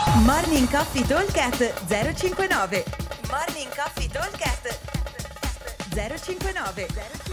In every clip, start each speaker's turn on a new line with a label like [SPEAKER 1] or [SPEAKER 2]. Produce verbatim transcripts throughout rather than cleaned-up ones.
[SPEAKER 1] Morning Coffee Talkcast zero cinquantanove. Morning Coffee Talkcast zero cinquantanove.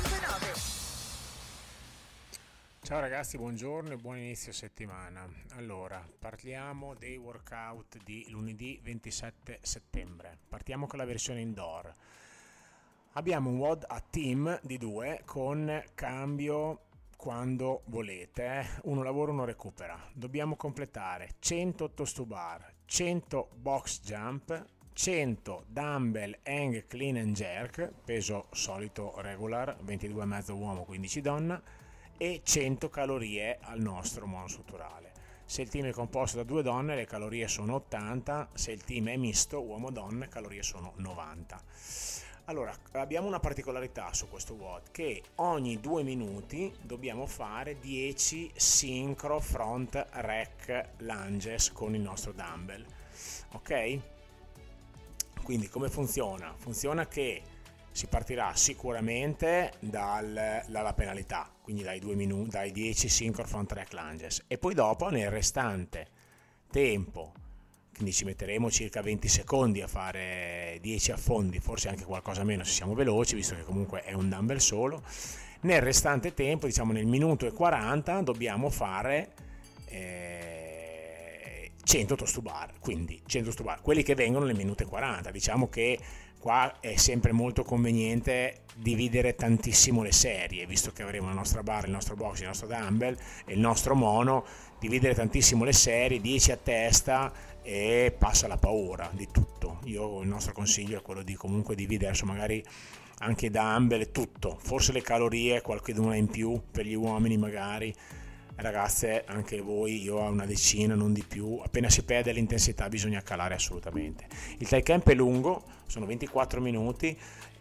[SPEAKER 2] Ciao ragazzi, buongiorno e buon inizio settimana. Allora, parliamo dei workout di lunedì ventisette settembre. Partiamo con la versione indoor. Abbiamo un W O D a team di due con cambio quando volete. Uno lavora, uno recupera. Dobbiamo completare cento toes to bar, cento box jump, cento dumbbell hang clean and jerk, peso solito regular, ventidue e mezzo uomo, quindici donna, e cento calorie al nostro monostrutturale. Se il team è composto da due donne, le calorie sono ottanta, se il team è misto, uomo-donne, calorie sono novanta. Allora, abbiamo una particolarità su questo W O D, che ogni due minuti dobbiamo fare dieci sincro front rack lunges con il nostro dumbbell, ok? Quindi come funziona? Funziona che si partirà sicuramente dal, dalla penalità, quindi dai, due minuti, dai dieci sincro front rack lunges, e poi dopo nel restante tempo, quindi ci metteremo circa venti secondi a fare dieci affondi, forse anche qualcosa meno se siamo veloci, visto che comunque è un dumbbell solo. Nel restante tempo, diciamo nel minuto e quaranta, dobbiamo fare eh, cento toes to bar, quindi cento toes to bar, quelli che vengono nel minuto e quaranta. Diciamo che qua è sempre molto conveniente dividere tantissimo le serie, visto che avremo la nostra barra, il nostro box, il nostro dumbbell e il nostro mono, dividere tantissimo le serie, dieci a testa, e passa la paura di tutto. Io il nostro consiglio è quello di comunque dividere, adesso magari anche dumbbell e tutto, forse le calorie qualcuna in più per gli uomini magari. Ragazze, anche voi, io ho una decina, non di più. Appena si perde l'intensità bisogna calare assolutamente. Il tie camp è lungo, sono ventiquattro minuti,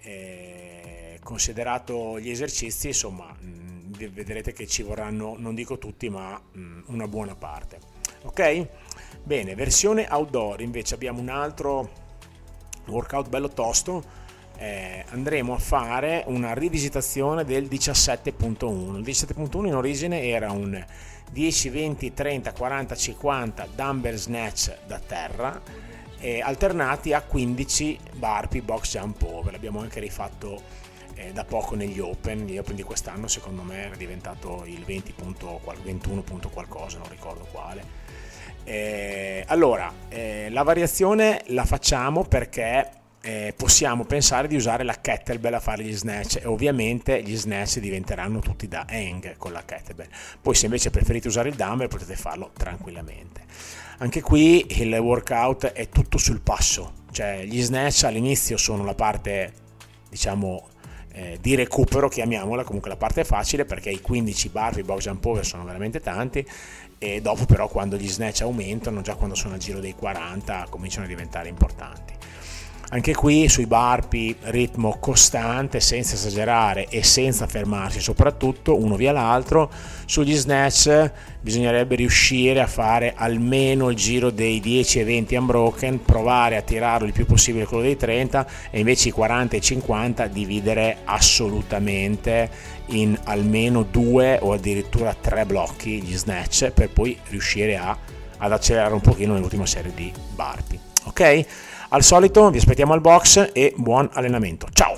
[SPEAKER 2] eh, considerato gli esercizi, insomma, mh, vedrete che ci vorranno, non dico tutti, ma mh, una buona parte. Ok? Bene, versione outdoor invece abbiamo un altro workout bello tosto. Eh, andremo a fare una rivisitazione del diciassette punto uno. Il diciassette punto uno in origine era un dieci, venti, trenta, quaranta, cinquanta dumbbell snatch da terra, eh, alternati a quindici burpee box jump over. L'abbiamo anche rifatto eh, da poco negli open. Gli open di quest'anno secondo me era diventato il venti, ventuno qualcosa, non ricordo quale. Eh, allora, eh, la variazione la facciamo perché Eh, possiamo pensare di usare la kettlebell a fare gli snatch, e ovviamente gli snatch diventeranno tutti da hang con la kettlebell. Poi se invece preferite usare il dumbbell potete farlo tranquillamente. Anche qui il workout è tutto sul passo, cioè gli snatch all'inizio sono la parte, diciamo, eh, di recupero, chiamiamola, comunque la parte facile, perché i quindici burpee box jump over sono veramente tanti, e dopo però quando gli snatch aumentano, già quando sono al giro dei quaranta, cominciano a diventare importanti. Anche qui sui burpee ritmo costante, senza esagerare e senza fermarsi, soprattutto uno via l'altro. Sugli snatch bisognerebbe riuscire a fare almeno il giro dei dieci e venti unbroken, provare a tirarlo il più possibile quello dei trenta, e invece i quaranta e cinquanta dividere assolutamente in almeno due o addirittura tre blocchi gli snatch, per poi riuscire a, ad accelerare un pochino nell'ultima serie di burpee. Ok? Al solito vi aspettiamo al box e buon allenamento. Ciao!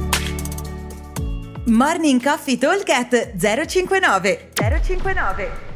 [SPEAKER 1] Morning Coffee Talkcast zero cinquantanove.